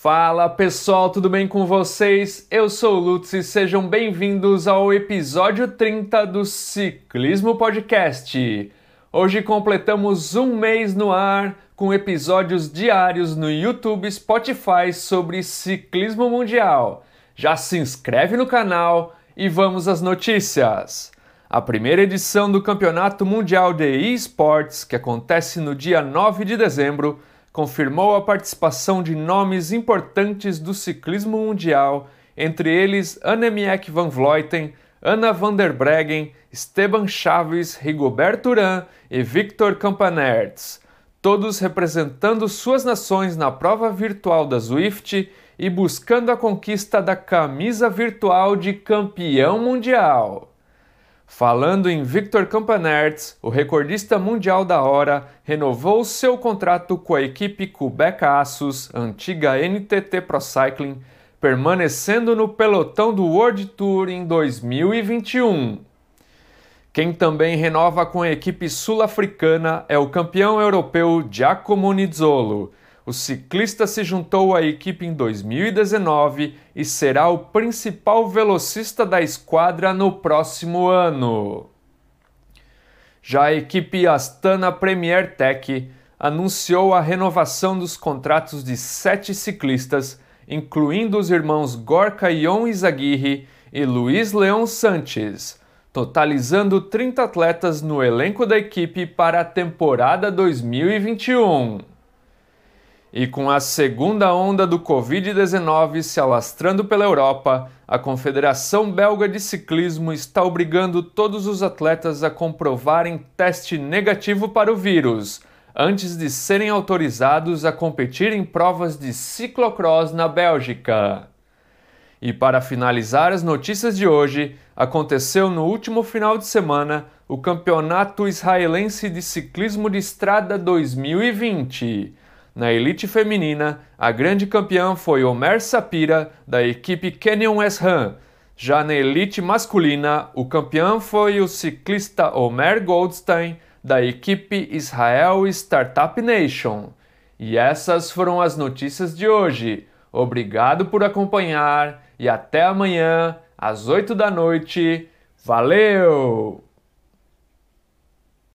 Fala pessoal, tudo bem com vocês? Eu sou o Lutz e sejam bem-vindos ao episódio 30 do Ciclismo Podcast. Hoje completamos um mês no ar com episódios diários no YouTube e Spotify sobre ciclismo mundial. Já se inscreve no canal e vamos às notícias. A primeira edição do Campeonato Mundial de eSports, que acontece no dia 9 de dezembro, confirmou a participação de nomes importantes do ciclismo mundial, entre eles Annemiek van Vleuten, Anna van der Breggen, Esteban Chaves, Rigoberto Urán e Victor Campenaerts, todos representando suas nações na prova virtual da Zwift e buscando a conquista da camisa virtual de campeão mundial. Falando em Victor Campenaerts, o recordista mundial da hora renovou seu contrato com a equipe Quebec Assos, antiga NTT Pro Cycling, permanecendo no pelotão do World Tour em 2021. Quem também renova com a equipe sul-africana é o campeão europeu Giacomo Nizzolo. O ciclista se juntou à equipe em 2019 e será o principal velocista da esquadra no próximo ano. Já a equipe Astana Premier Tech anunciou a renovação dos contratos de 7 ciclistas, incluindo os irmãos Gorka Ion Izagirre e Luiz Leão Sanches, totalizando 30 atletas no elenco da equipe para a temporada 2021. E com a segunda onda do Covid-19 se alastrando pela Europa, a Confederação Belga de Ciclismo está obrigando todos os atletas a comprovarem teste negativo para o vírus, antes de serem autorizados a competir em provas de ciclocross na Bélgica. E para finalizar as notícias de hoje, aconteceu no último final de semana o Campeonato Israelense de Ciclismo de Estrada 2020. Na elite feminina, a grande campeã foi Omer Sapira, da equipe Canyon SRAM. Já na elite masculina, o campeão foi o ciclista Omer Goldstein, da equipe Israel Startup Nation. E essas foram as notícias de hoje. Obrigado por acompanhar e até amanhã, às 8 da noite. Valeu!